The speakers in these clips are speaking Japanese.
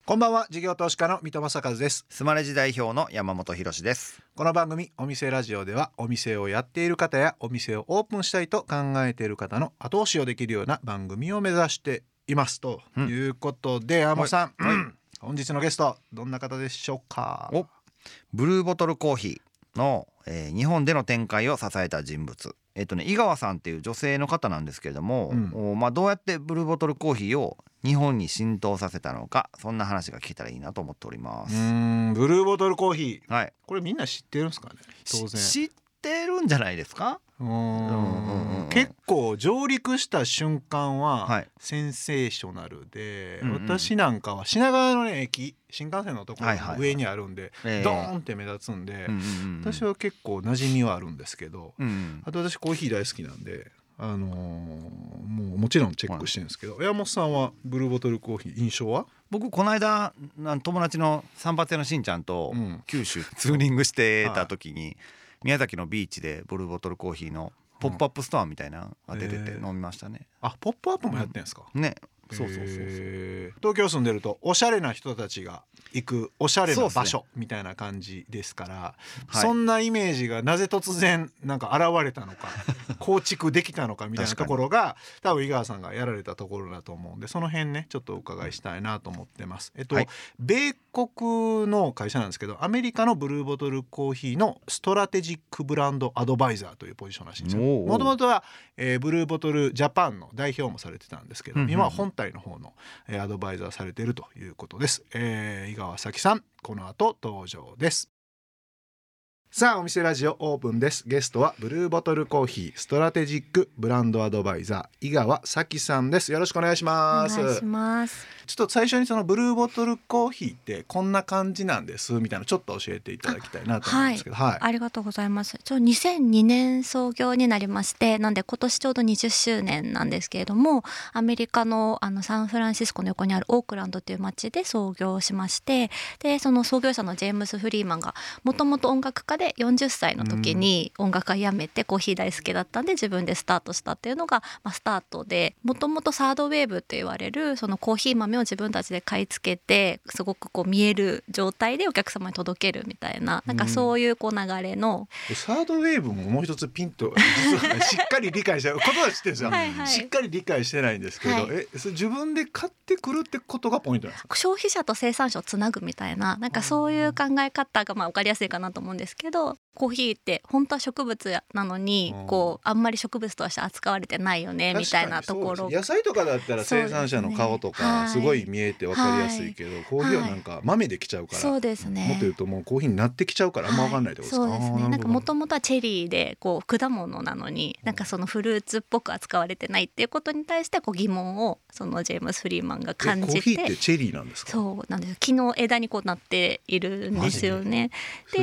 こんばんは、事業投資家の三戸正和です。 スマレジ代表の山本博です。 この番組お店ラジオでは、お店をやっている方やお店をオープンしたいと考えている方の後押しをできるような番組を目指していますということで、山本さん、本日のゲストどんな方でしょうか。 ブルーボトルコーヒーの、日本での展開を支えた人物、井川さんっていう女性の方なんですけれども、どうやってブルーボトルコーヒーを日本に浸透させたのか、そんな話が聞けたらいいなと思っております。 ブルーボトルコーヒー、 はい、 これみんな知ってるんですかね。当然知ってるんじゃないですか。 結構上陸した瞬間はセンセーショナルで、私なんかは品川の、駅新幹線のところの上にあるんで、ドーンって目立つんで、私は結構馴染みはあるんですけど、あと私コーヒー大好きなんで、もちろんチェックしてるんですけど、山本さんはブルーボトルコーヒー印象は？ 僕この間友達の散髪屋のしんちゃんと九州ツーリングしてた時に、宮崎のビーチでブルーボトルコーヒーのポップアップストアみたいなのが出てて飲みましたね。 ポップアップもやってんですか？ ね。そう東京住んでるとおしゃれな人たちが行くおしゃれな場所みたいな感じですから、そんなイメージがなぜ突然なんか現れたのか構築できたのかみたいなところが多分井川さんがやられたところだと思うんで、その辺ねちょっとお伺いしたいなと思ってます。米国の会社なんですけど、アメリカのブルーボトルコーヒーのストラテジックブランドアドバイザーというポジションらしいんですよ。もともとは、ブルーボトルジャパンの代表もされてたんですけど、今は本体の方の、アドバイザーされているということです。井川咲さん、この後登場です。さあ、お店ラジオオープンです。ゲストはブルーボトルコーヒーストラテジックブランドアドバイザー井川咲さんです。よろしくお願いします。 お願いします。 ちょっと最初にそのブルーボトルコーヒーってこんな感じなんですみたいなちょっと教えていただきたいなと思うんですけど。 ありがとうございます。2002年創業になりまして、なんで今年ちょうど20周年なんですけれども、アメリカのサンフランシスコの横にあるオークランドという町で創業しまして、でその創業者のジェームス・フリーマンがもともと音楽家で40歳の時に音楽家辞めてコーヒー大好きだったんで自分でスタートしたっていうのが、スタートで、もともとサードウェーブと言われるそのコーヒー豆を自分たちで買い付けてすごく見える状態でお客様に届けるみたいな、なんかそういう流れの、 サードウェーブももう一つピンと実はしっかり理解してることは知ってるんですよ。しっかり理解してないんですけど、それ自分で買ってくるってことがポイントなんですか？ 消費者と生産者をつなぐみたいな、なんかそういう考え方が分かりやすいかなと思うんですけど、コーヒーって本当は植物なのにあんまり植物として扱われてないよねみたいなところ。 野菜とかだったら生産者の顔とかすごい見えて分かりやすいけど、コーヒーはなんか豆できちゃうから、 そうですね、 もっと言うともうコーヒーになってきちゃうからあんま分かんないってことですか？ そうですね。なんかもともとはチェリーで果物なのになんかそのフルーツっぽく扱われてないっていうことに対して疑問をそのジェームス・フリーマンが感じて。 コーヒーってチェリーなんですか？ そうなんです。木の枝になっているんですよね。 で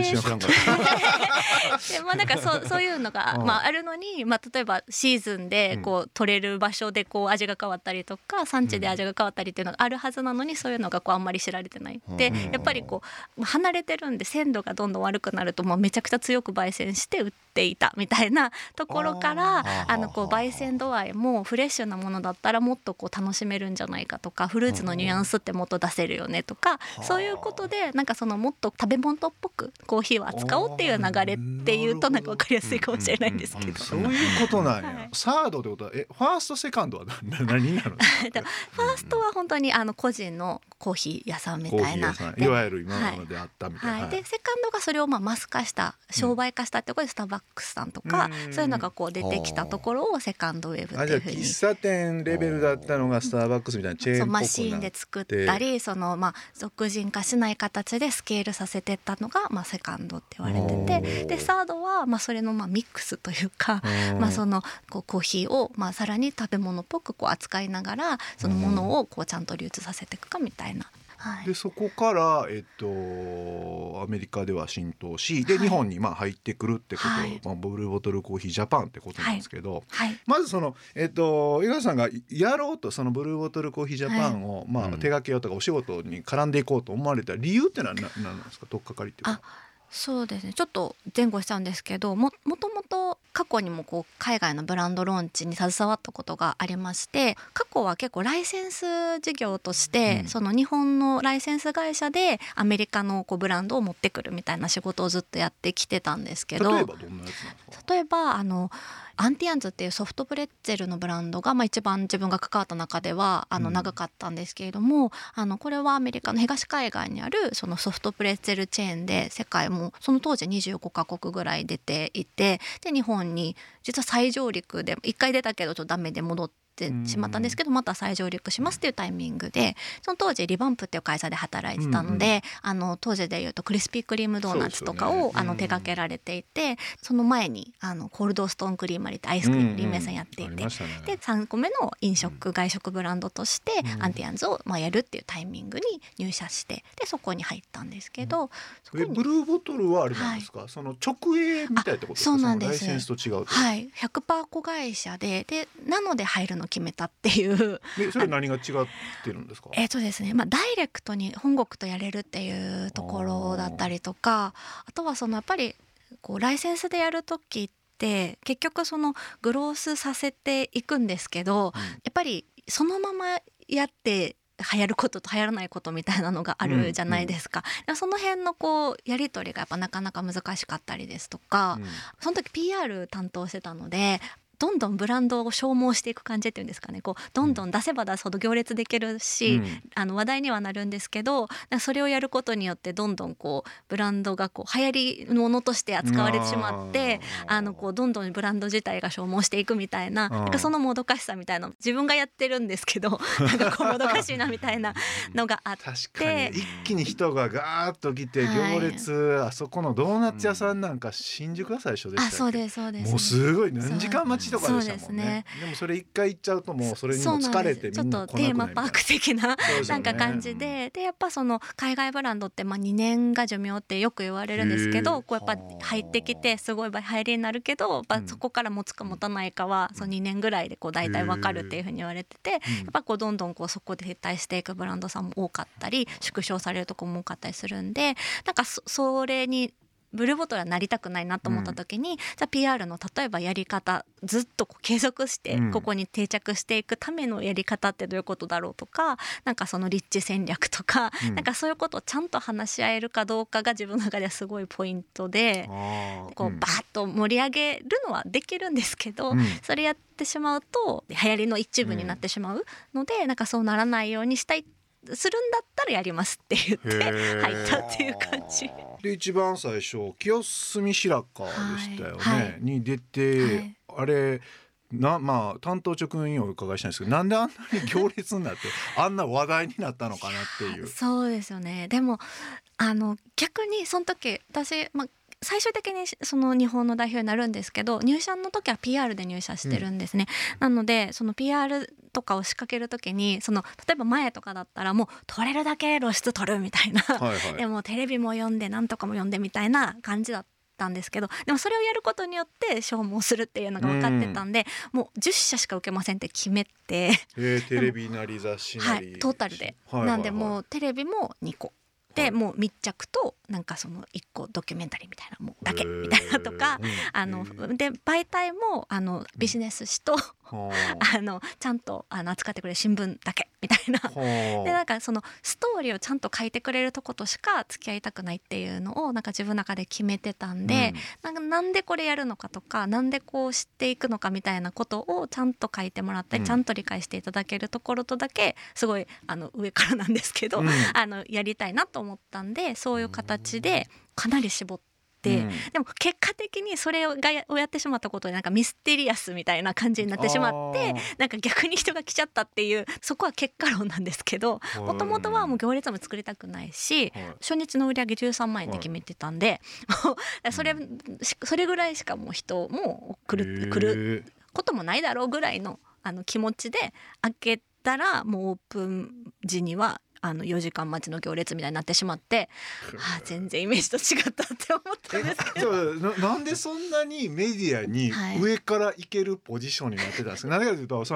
なんかそういうのが、あるのに、例えばシーズンで取れる場所で味が変わったりとか、産地で味が変わったりっていうのがあるはずなのに、そういうのがあんまり知られてないで、やっぱり離れてるんで鮮度がどんどん悪くなるとめちゃくちゃ強く焙煎して売っていたみたいなところから、焙煎度合いもフレッシュなものだったらもっと楽しめるんじゃないかとか、フルーツのニュアンスってもっと出せるよねとか、そういうことでなんかもっと食べ物っぽくコーヒーを扱おうっていう流れっていうとなんか分かりやすいかもしれないんですけど、 そういうことなんや。サードってことはファーストセカンドは何になるんですか？ ファーストは本当に個人のコーヒー屋さんみたいな、 いわゆる今まであったみたいな、 でセカンドがそれをマス化した商売化したってことで、スターバックスさんとかそういうのが出てきたところをセカンドウェーブっていうふうに。 喫茶店レベルだったのがスターバックスみたいなチェーンっぽくなって、 マシーンで作ったり俗人化しない形でスケールさせてったのが、セカンドって言われてて、でサードはそれのミックスというか、そのコーヒーをさらに食べ物っぽく扱いながらそのものをちゃんと流通させていくかみたいな。 でそこから、アメリカでは浸透し、で日本に入ってくるってこと、ブルーボトルコーヒージャパンってことなんですけど、まずその、井川さんがやろうとそのブルーボトルコーヒージャパンを、手掛けようとかお仕事に絡んでいこうと思われた理由ってのは何なんですか？取っかかりっていうか。 そうですね、ちょっと前後しちゃうんですけど、もともと過去にもこう海外のブランドローンチに携わったことがありまして、過去は結構ライセンス事業として、その日本のライセンス会社でアメリカのこうブランドを持ってくるみたいな仕事をずっとやってきてたんですけど、 例えばどんなやつなんですか？ 例えばアンティアンズっていうソフトプレッツェルのブランドが、一番自分が関わった中では長かったんですけれども、これはアメリカの東海岸にあるそのソフトプレッツェルチェーンで、世界もその当時25カ国ぐらい出ていて、で日本に実は再上陸で1回出たけどちょっとダメで戻ってしまったんですけど、また再上陸しますっていうタイミングで、その当時リバンプっていう会社で働いてたので、当時でいうとクリスピークリームドーナツとかを、手掛けられていて、その前にコールドストーンクリーマリってアイスクリーム屋さんやっていて、で3個目の飲食外食ブランドとしてアンティアンズをやるっていうタイミングに入社して、でそこに入ったんですけど、 ブルーボトルはあれなんですか、その直営みたいってことですか？ そうなんです。 そのライセンスと違うと、 100% 子会社でなので入るの決めたっていう。 それ何が違ってるんですか？ ですね、ダイレクトに本国とやれるっていうところだったりとか、あとはそのやっぱりこうライセンスでやる時って結局そのグロースさせていくんですけど、やっぱりそのままやって流行ることと流行らないことみたいなのがあるじゃないですか、その辺のこうやり取りがやっぱなかなか難しかったりですとか、その時 PR 担当してたので、どんどんブランドを消耗していく感じっていうんですかね、こうどんどん出せば出すほど行列できるし、話題にはなるんですけど、それをやることによってどんどんこうブランドがこう流行りものとして扱われてしまって、こうどんどんブランド自体が消耗していくみたいな、なんかそのもどかしさみたいな、自分がやってるんですけどなんかこうもどかしいなみたいなのがあって、 確かに一気に人がガーッと来て行列、あそこのドーナツ屋さんなんか新宿が最初でしたっけ？ そうですそうです、 もうすごい何時間待ちとかでしたもんね。 そうですね。 でもそれ一回行っちゃうともうそれにも疲れてみんな来なくなるみたいな、 ちょっとテーマパーク的ななんか感じで、やっぱその海外ブランドって2年が寿命ってよく言われるんですけど、こうやっぱ入ってきてすごい入りになるけど、そこから持つか持たないかはその2年ぐらいでこう大体わかるっていうふうに言われてて、やっぱこうどんどんこうそこで撤退していくブランドさんも多かったり、縮小されるところも多かったりするんで、なんかそれにブルーボトルはなりたくないなと思った時に、じゃあ PR の例えばやり方ずっとこう継続してここに定着していくためのやり方ってどういうことだろうとか、なんかその立地戦略とか、なんかそういうことをちゃんと話し合えるかどうかが自分の中ではすごいポイントで、こうバーッと盛り上げるのはできるんですけど、それやってしまうと流行りの一部になってしまうので、なんかそうならないようにしたい、するんだったらやりますって言って入ったっていう感じで、一番最初清澄白河でしたよね、に出て、あれ担当直入にお伺いしたいんですけど、なんであんなに行列になってあんな話題になったのかなっていう。 そうですよね。でも逆にその時私、最終的にその日本の代表になるんですけど、入社の時は PR で入社してるんですね、なのでその PR とかを仕掛ける時に、その例えば前とかだったらもう取れるだけ露出取るみたいな、でもテレビも読んでなんとかも読んでみたいな感じだったんですけど、でもそれをやることによって消耗するっていうのが分かってたんで、もう10社しか受けませんって決めて、 テレビなり雑誌なり、 トータルで、なんでもうテレビも2個で、もう密着となんかその1個ドキュメンタリーみたいなもうだけみたいなとか、で媒体もビジネス誌とちゃんと扱ってくれる新聞だけみたいなで、なんかそのストーリーをちゃんと書いてくれるとことしか付き合いたくないっていうのをなんか自分の中で決めてたんで、なんでこれやるのかとか、なんでこう知っていくのかみたいなことをちゃんと書いてもらったり、ちゃんと理解していただけるところとだけすごい上からなんですけど、やりたいなと思ったんで、そういう形でかなり絞って。でも結果的にそれをやってしまったことでなんかミステリアスみたいな感じになってしまって、なんか逆に人が来ちゃったっていう、そこは結果論なんですけど、もともとはもう行列も作りたくないし、初日の売り上げ13万円で決めてたんで、それぐらいしかもう人も来ることもないだろうぐらいの気持ちで開けたら、もうオープン時には4時間待ちの行列みたいになってしまって、全然イメージと違ったって思ったんですけどなんでそんなにメディアに上から行けるポジションになってたんですか？何かというと、その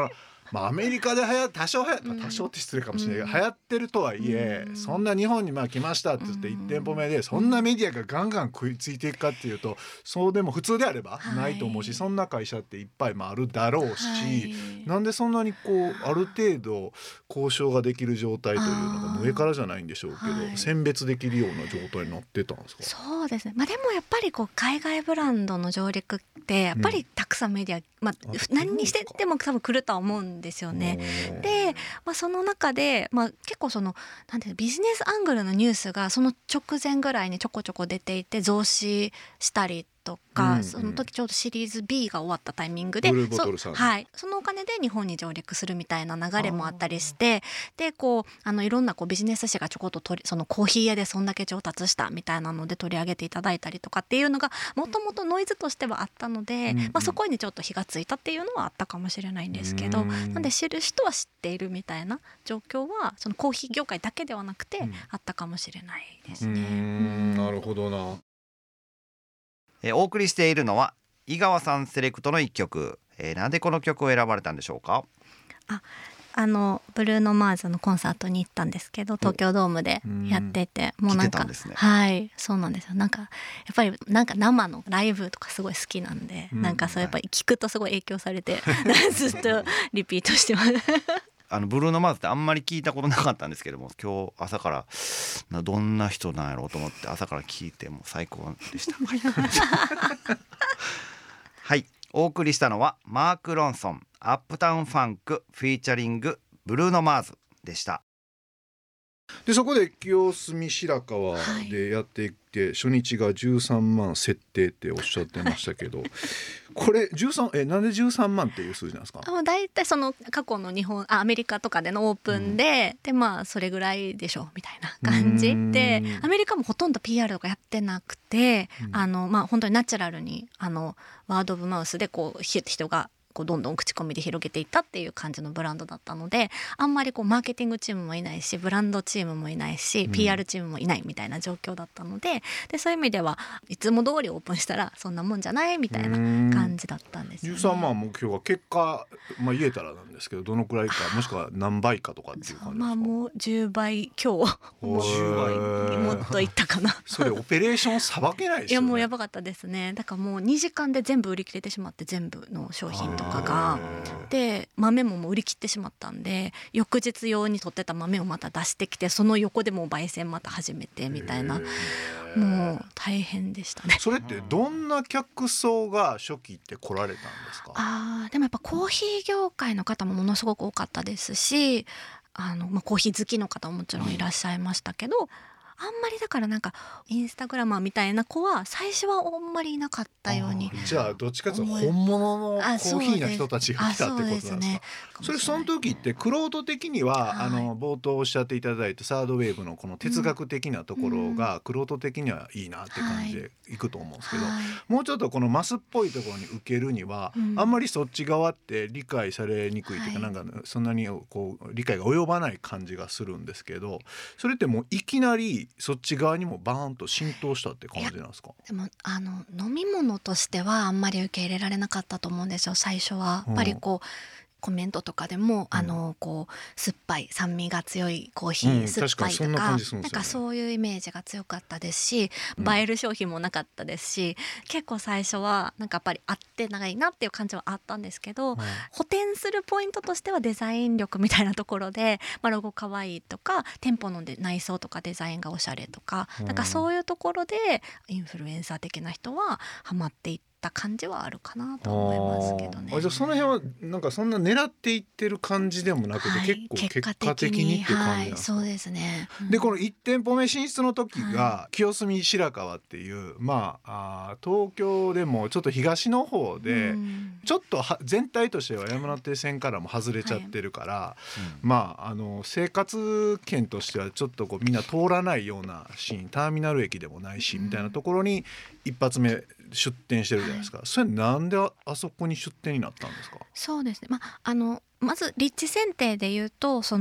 アメリカで多少って失礼かもしれないけど、流行ってるとはいえ、そんな日本に来ましたって言って1店舗目でそんなメディアがガンガン食いついていくかっていうと、そうでも普通であればないと思うし、そんな会社っていっぱいあるだろうし、なんでそんなにある程度交渉ができる状態というのが上からじゃないんでしょうけど、選別できるような状態になってたんですか？ そうですね、でもやっぱり海外ブランドの上陸ってやっぱりたくさんメディア、何にしてでも多分来るとは思うんですよね。で、その中で、結構なんていうの、ビジネスアングルのニュースがその直前ぐらいにちょこちょこ出ていて、増資したりとか、その時ちょうどシリーズ B が終わったタイミングで、 ブルーボトルさん、 そのお金で日本に上陸するみたいな流れもあったりして、でいろんなビジネス誌がちょこっとそのコーヒー屋でそんだけ上達したみたいなので取り上げていただいたりとかっていうのがもともとノイズとしてはあったので、そこにちょっと火がついたっていうのはあったかもしれないんですけど、なんで知る人は知っているみたいな状況はそのコーヒー業界だけではなくてあったかもしれないですね。 なるほどな。 お送りしているのは井川さんセレクトの一曲、なんでこの曲を選ばれたんでしょうか？ ブルーノ・マーズのコンサートに行ったんですけど、東京ドームでやっていて、もうなんか、そうなんですよ。やっぱり生のライブとかすごい好きなんで、そうやっぱり聞くとすごい影響されてずっとリピートしてますブルーノ・マーズってあんまり聞いたことなかったんですけども、今日朝からどんな人なんやろうと思って朝から聞いて、もう最高でしたはい、お送りしたのはマーク・ロンソンアップタウンファンクフィーチャリングブルーノ・マーズでした。 でそこで清澄白河でやっていって、初日が13万設定っておっしゃってましたけどこれ13なんで13万っていう数字なんですか？ だいたいその過去のアメリカとかでのオープンで、それぐらいでしょみたいな感じで、アメリカもほとんど PR とかやってなくて、本当にナチュラルにワード・オブ・マウスで人がどんどん口コミで広げていったっていう感じのブランドだったので、あんまりマーケティングチームもいないし、ブランドチームもいないし、PR チームもいないみたいな状況だったので、そういう意味ではいつも通りオープンしたらそんなもんじゃないみたいな感じだったんですよね。 13万目標は結果、言えたらなんですけど、どのくらいか、もしくは何倍かとかっていう感じですか？ もう10倍強10倍もっといったかなそれオペレーションさばけないですよね。 いやもうやばかったですね。だからもう2時間で全部売り切れてしまって、全部の商品とかがで、豆ももう売り切ってしまったんで、翌日用に取ってた豆をまた出してきて、その横でもう焙煎また始めてみたいな、もう大変でしたね。 それってどんな客層が初期って来られたんですか？ でもやっぱコーヒー業界の方もものすごく多かったですし、コーヒー好きの方ももちろんいらっしゃいましたけど、あんまりだからインスタグラマーみたいな子は最初はあんまりいなかったように。 じゃあどっちかというと本物のコーヒーの人たちが来たってことなんですか？その時って玄人的には、冒頭おっしゃっていただいたサードウェーブのこの哲学的なところが玄人的にはいいなって感じでいくと思うんですけど、もうちょっとこのマスっぽいところに受けるには、あんまりそっち側って理解されにくいというか、そんなに理解が及ばない感じがするんですけど、それってもういきなりそっち側にもバーンと浸透したって感じなんですか？ でも飲み物としてはあんまり受け入れられなかったと思うんですよ、最初は。やっぱりコメントとかでも、酸っぱい、酸味が強いコーヒー、酸っぱいとか、そういうイメージが強かったですし、映える商品もなかったですし、結構最初はやっぱり合ってないなっていう感じはあったんですけど、補填するポイントとしてはデザイン力みたいなところで、ロゴかわいいとか、店舗の内装とかデザインがおしゃれとか、そういうところでインフルエンサー的な人はハマっていった感じはあるかなと思いますけどね。 じゃあその辺はそんな狙っていってる感じでもなくて、結構結果的にっていう感じなんですか？ そうですね。 でこの1店舗目進出の時が清澄白河っていう、東京でもちょっと東の方で、ちょっと全体としては山手線からも外れちゃってるから、生活圏としてはちょっとみんな通らないようなシーン、ターミナル駅でもないし、みたいなところに一発目出店してるじゃないですか。それなんであそこに出店になったんですか？ そうですね、まず立地選定でいうと、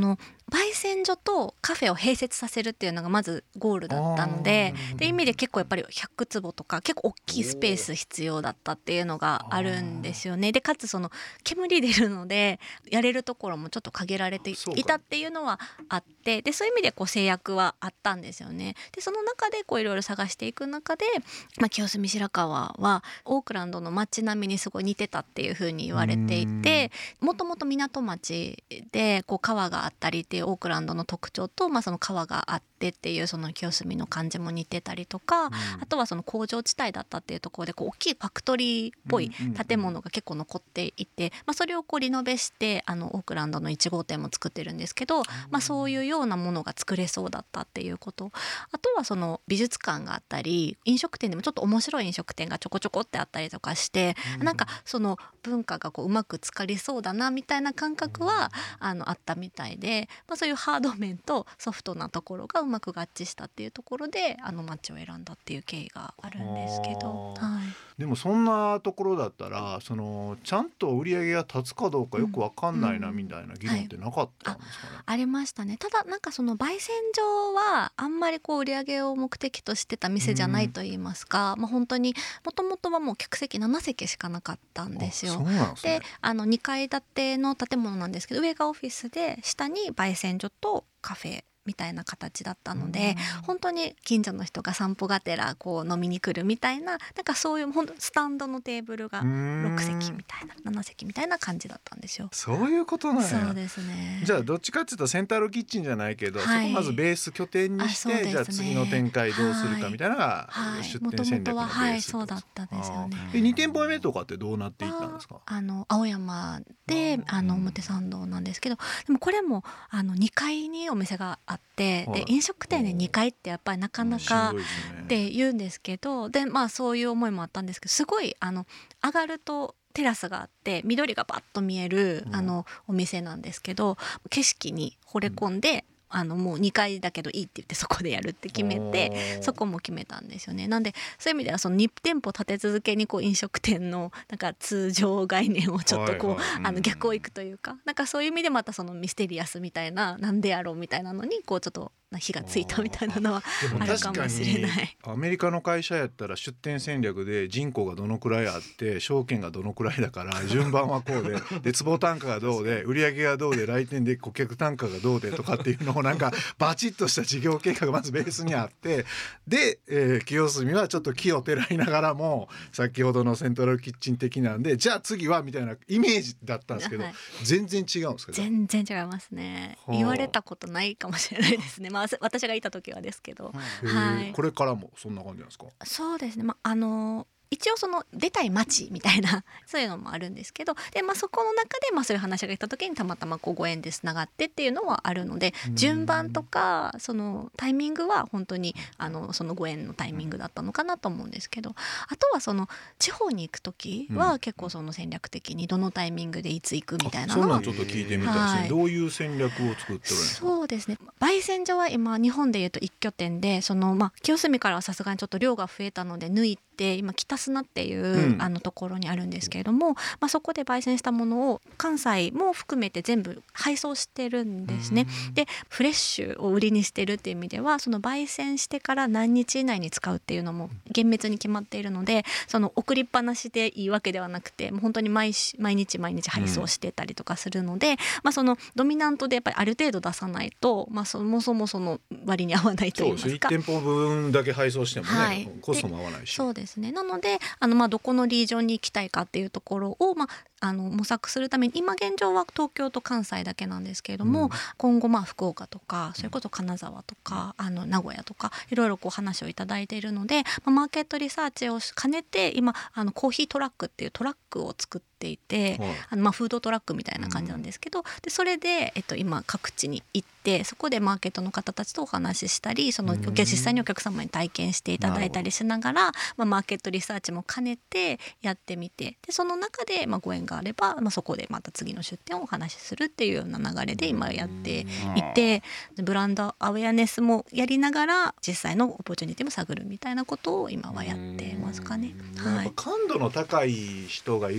焙煎所とカフェを併設させるっていうのがまずゴールだったので、っていう意味で結構やっぱり100坪とか結構大きいスペース必要だったっていうのがあるんですよね。でかつその煙出るのでやれるところもちょっと限られていたっていうのはあって、でそういう意味でこう制約はあったんですよね。でその中でこういろいろ探していく中で、清澄白河はオークランドの街並みにすごい似てたっていうふうに言われていて、もともと港町でこう川があったりっていうオークランドの特徴と、その川があってっていうその清澄の感じも似てたりとか、あとはその工場地帯だったっていうところでこう大きいファクトリーっぽい建物が結構残っていて、それをこうリノベしてオークランドの1号店も作ってるんですけど、そういうようなものが作れそうだったっていうこと、あとはその美術館があったり飲食店でもちょっと面白い飲食店がちょこちょこってあったりとかして、なんかその文化がこううまく浸かりそうだなみたいな感覚はあったみたいで、そういうハード面とソフトなところがうまく合致したっていうところで街を選んだっていう経緯があるんですけど、 でもそんなところだったらそのちゃんと売り上げが立つかどうかよく分かんないなみたいな議論ってなかったんですかね。 ありましたね。ただなんかその焙煎所はあんまりこう売り上げを目的としてた店じゃないと言いますか、本当にもともとはもう客席7席しかなかったんですよ。 そうなんですね。 で2階建ての建物なんですけど、上がオフィスで下に焙煎所とカフェみたいな形だったので、本当に近所の人が散歩がてらこう飲みに来るみたいな、なんかそういう本当スタンドのテーブルが6席みたいな7席みたいな感じだったんですよ。 そういうことなんや。 そうですね。 じゃあどっちかっていうとセンタルキッチンじゃないけど、そこまずベース拠点にして、じゃあ次の展開どうするかみたいなのが出店戦略のベース。 そうだったんですよね。 2店舗目とかってどうなっていったんですか。 青山で表参道なんですけど、でもこれも2階にお店があって、で飲食店で2階ってやっぱりなかなかって言うんですけど、でそういう思いもあったんですけど、すごい上がるとテラスがあって緑がバッと見えるお店なんですけど、景色に惚れ込んで、もう2階だけどいいって言ってそこでやるって決めて、そこも決めたんですよね。なんでそういう意味ではその2店舗立て続けにこう飲食店のなんか通常概念をちょっとこう逆をいくというか、なんかそういう意味でまたそのミステリアスみたいな、なんでやろうみたいなのにこうちょっと火がついたみたいなのはあるかもしれない。 アメリカの会社やったら出店戦略で人口がどのくらいあって証券がどのくらいだから順番はこうで坪単価がどうで売上がどうで来店で顧客単価がどうでとかっていうのをなんかバチッとした事業計画がまずベースにあって、で、清澄はちょっと木をてらいながらも先ほどのセントラルキッチン的なんで、じゃあ次はみたいなイメージだったんですけど、全然違うんですか。 全然違いますね。言われたことないかもしれないですね。私がいた時はですけど、 これからもそんな感じなんですか。 そうですね。一応その出たい街みたいなそういうのもあるんですけど、で、そこの中でそういう話が来た時にたまたまこうご縁でつながってっていうのはあるので、順番とかそのタイミングは本当にそのご縁のタイミングだったのかなと思うんですけど、あとはその地方に行く時は結構その戦略的にどのタイミングでいつ行くみたいなのは、 そんなんちょっと聞いてみたいですね。どういう戦略を作ってるんですか。 そうですね。焙煎所は今日本でいうと一拠点で、その清澄からはさすがにちょっと量が増えたので抜いて今北砂っていう、ところにあるんですけれども、そこで焙煎したものを関西も含めて全部配送してるんですね。でフレッシュを売りにしてるっていう意味では、その焙煎してから何日以内に使うっていうのも厳密に決まっているので、その送りっぱなしでいいわけではなくて、もう本当に毎日配送してたりとかするので、そのドミナントでやっぱりある程度出さないと、そもそもその割に合わないと言いますか。 1店舗分だけ配送してもね、コストも合わないし。 そうですね。なのでどこのリージョンに行きたいかっていうところを、模索するために今現状は東京と関西だけなんですけれども、今後福岡とかそれこそ金沢とか名古屋とかいろいろこう話をいただいているので、マーケットリサーチを兼ねて今コーヒートラックっていうトラックを作っていて、フードトラックみたいな感じなんですけど、でそれで、今各地に行ってそこでマーケットの方たちとお話ししたり、その実際にお客様に体験していただいたりしながら、マーケットリサーチも兼ねてやってみて、でその中でご縁があれば、そこでまた次の出店をお話しするっていうような流れで今やっていて、ブランドアウェアネスもやりながら実際のオポチュニティも探るみたいなことを今はやってますかね。 やっぱ感度の高い人がいる街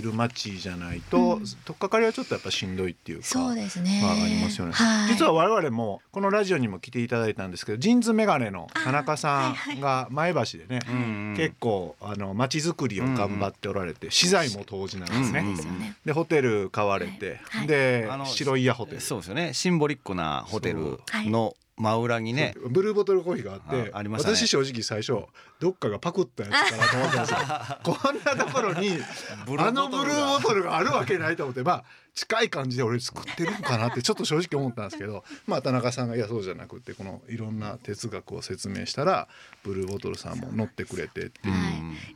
話じゃないと、取っかかりはちょっとやっぱしんどいっていうか、 そうですね、 ありますよね、 はい、 実は我々もこのラジオにも来ていただいたんですけど、ジーンズメガネの田中さんが前橋でね、結構街づくりを頑張っておられて、資材も当時なんですね、でホテル買われて、で白い屋ホテル、 そうですよね、シンボリックなホテルの真裏にねブルーボトルコーヒーがあって、 ありましたね。 私正直最初どっかがパクったやつかなと思ったんですよこんなところにブルーボトルがあるわけないと思って、まあ近い感じで俺作ってるのかなってちょっと正直思ったんですけど、まあ田中さんがいやそうじゃなくて、このいろんな哲学を説明したらブルーボトルさんも乗ってくれてっていう、 はい、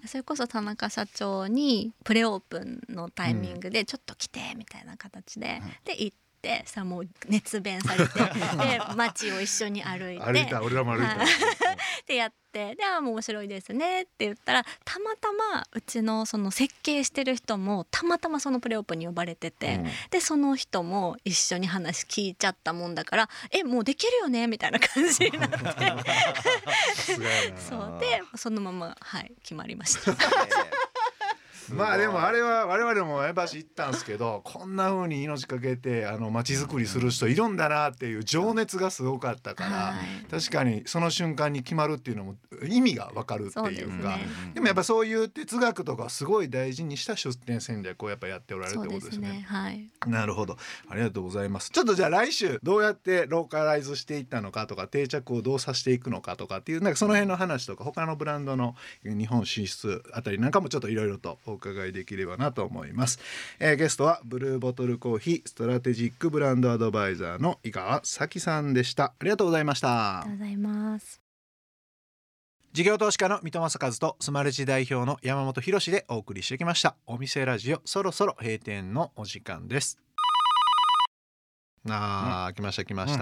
それこそ田中社長にプレオープンのタイミングでちょっと来てみたいな形で、で行ってさ、もう熱弁されてで街を一緒に歩いて歩いた、俺らも歩いたでやって、でもう面白いですねって言ったら、たまたまうちのその設計してる人もたまたまそのプレオープンに呼ばれてて、でその人も一緒に話聞いちゃったもんだから、もうできるよねみたいな感じになってそうでそのまま、はい、決まりましたまあでもあれは我々も前橋行ったんですけど、こんな風に命かけて街づくりする人いるんだなっていう情熱がすごかったから、確かにその瞬間に決まるっていうのも意味が分かるっていうか、でもやっぱそういう哲学とかすごい大事にした出店戦略をやっぱやっておられるってことですね。 はい、 なるほど、ありがとうございます。ちょっとじゃあ来週どうやってローカライズしていったのかとか、定着をどうさせていくのかとかっていう、なんかその辺の話とか、他のブランドの日本進出あたりなんかもちょっといろいろとお伺いできればなと思います。ゲストはブルーボトルコーヒーストラテジックブランドアドバイザーの井川咲さんでした。ありがとうございました。 ありがとうございます。 事業投資家の三戸正和とスマレジ代表の山本博史でお送りしてきましたお店ラジオ、そろそろ閉店のお時間です。来ました、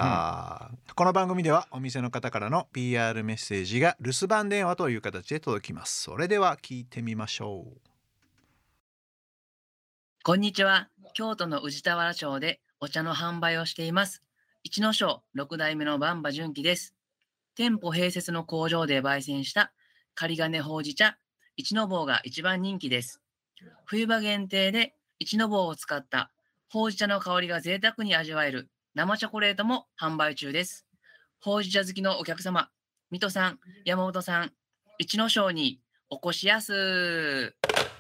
この番組ではお店の方からの PR メッセージが留守番電話という形で届きます。それでは聞いてみましょう。 こんにちは。京都の宇治田原町でお茶の販売をしています。一野商6代目の番場純喜です。店舗併設の工場で焙煎した狩金ほうじ茶一野坊が一番人気です。冬場限定で一野坊を使ったほうじ茶の香りが贅沢に味わえる生チョコレートも販売中です。ほうじ茶好きのお客様、水戸さん、山本さん、一野商にお越しやす。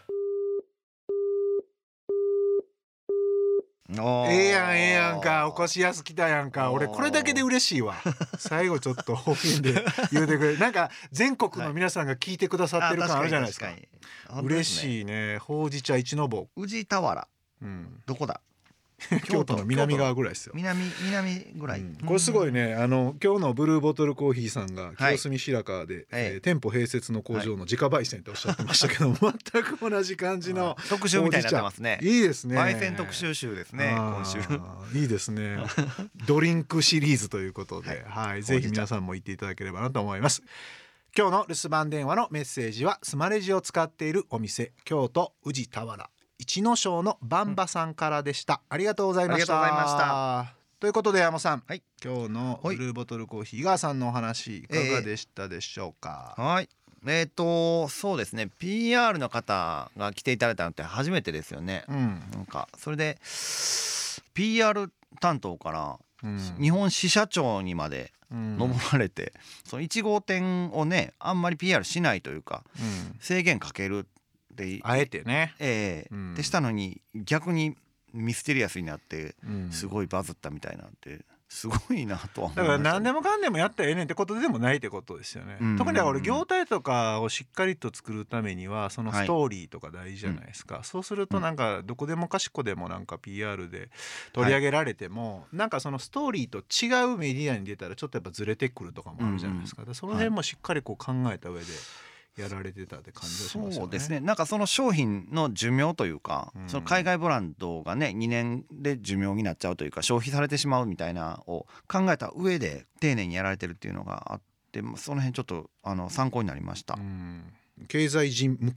ええやんか、お越しやす来たやんか。俺これだけで嬉しいわ最後ちょっと方言で言うてくれなんか全国の皆さんが聞いてくださってる感あるじゃないですか。嬉しいね。ほうじ茶一の坊宇治田原、どこだ京都の南側ぐらいですよ。 南ぐらい、 これすごいね。今日のブルーボトルコーヒーさんが清澄白河で、店舗併設の工場の自家焙煎っておっしゃってましたけど、全く同じ感じの特集みたいになってますね。 いいですね。 焙煎特集集ですね今週。 いいですねドリンクシリーズということで、ぜひ皆さんも行っていただければなと思います。今日の留守番電話のメッセージはスマレジを使っているお店、京都宇治田原一野商の番場さんからでした。ありがとうございました。ということで山本さん、今日のブルーボトルコーヒー井川さんのお話いかがでしたでしょうか。 そうですね、 PR の方が来ていただいたのって初めてですよね。なんかそれで PR 担当から日本支社長にまで上られて、その1号店をねあんまり PR しないというか、制限かけるであえてね、 でしたのに逆にミステリアスになってすごいバズったみたいなんてすごいなとは思いましたね。 だから何でもかんでもやったらええねんってことでもないってことですよね。特に俺業態とかをしっかりと作るためにはそのストーリーとか大事じゃないですか。そうするとなんかどこでもかしこでもなんか PR で取り上げられても、なんかそのストーリーと違うメディアに出たらちょっとやっぱずれてくるとかもあるじゃないですか。その辺もしっかりこう考えた上でやられてたって感じがしますよね。 そうですね。なんかその商品の寿命というか、その海外ブランドがね2年で寿命になっちゃうというか消費されてしまうみたいなを考えた上で丁寧にやられてるっていうのがあって、その辺ちょっと参考になりました。 経済人向け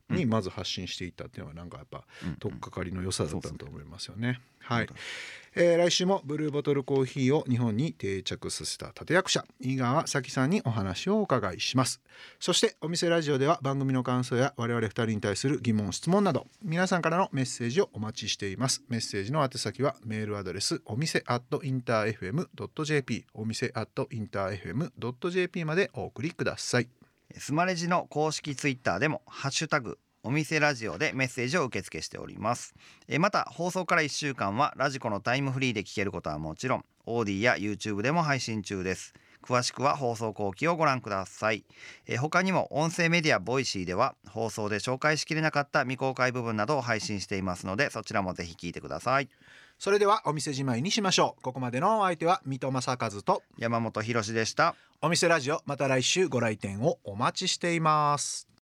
にまず発信していったっていうのはなんかやっぱ取っかかりの良さだったと思いますよね。はい、来週もブルーボトルコーヒーを日本に定着させた立役者井川咲さんにお話をお伺いします。そしてお店ラジオでは番組の感想や我々2人に対する疑問質問など皆さんからのメッセージをお待ちしています。メッセージの宛先はメールアドレスお店@interfm.jp お店@interfm.jp までお送りください。 スマレジの公式ツイッターでもハッシュタグお店ラジオでメッセージを受け付けしております。また放送から1週間はラジコのタイムフリーで聞けることはもちろんオーディや YouTube でも配信中です。詳しくは放送後期をご覧ください。他にも音声メディアボイシーでは放送で紹介しきれなかった未公開部分などを配信していますのでそちらもぜひ聞いてください。 それではお店じまいにしましょう。ここまでのお相手は水戸正和と山本博史でした。 お店ラジオ、また来週ご来店をお待ちしています。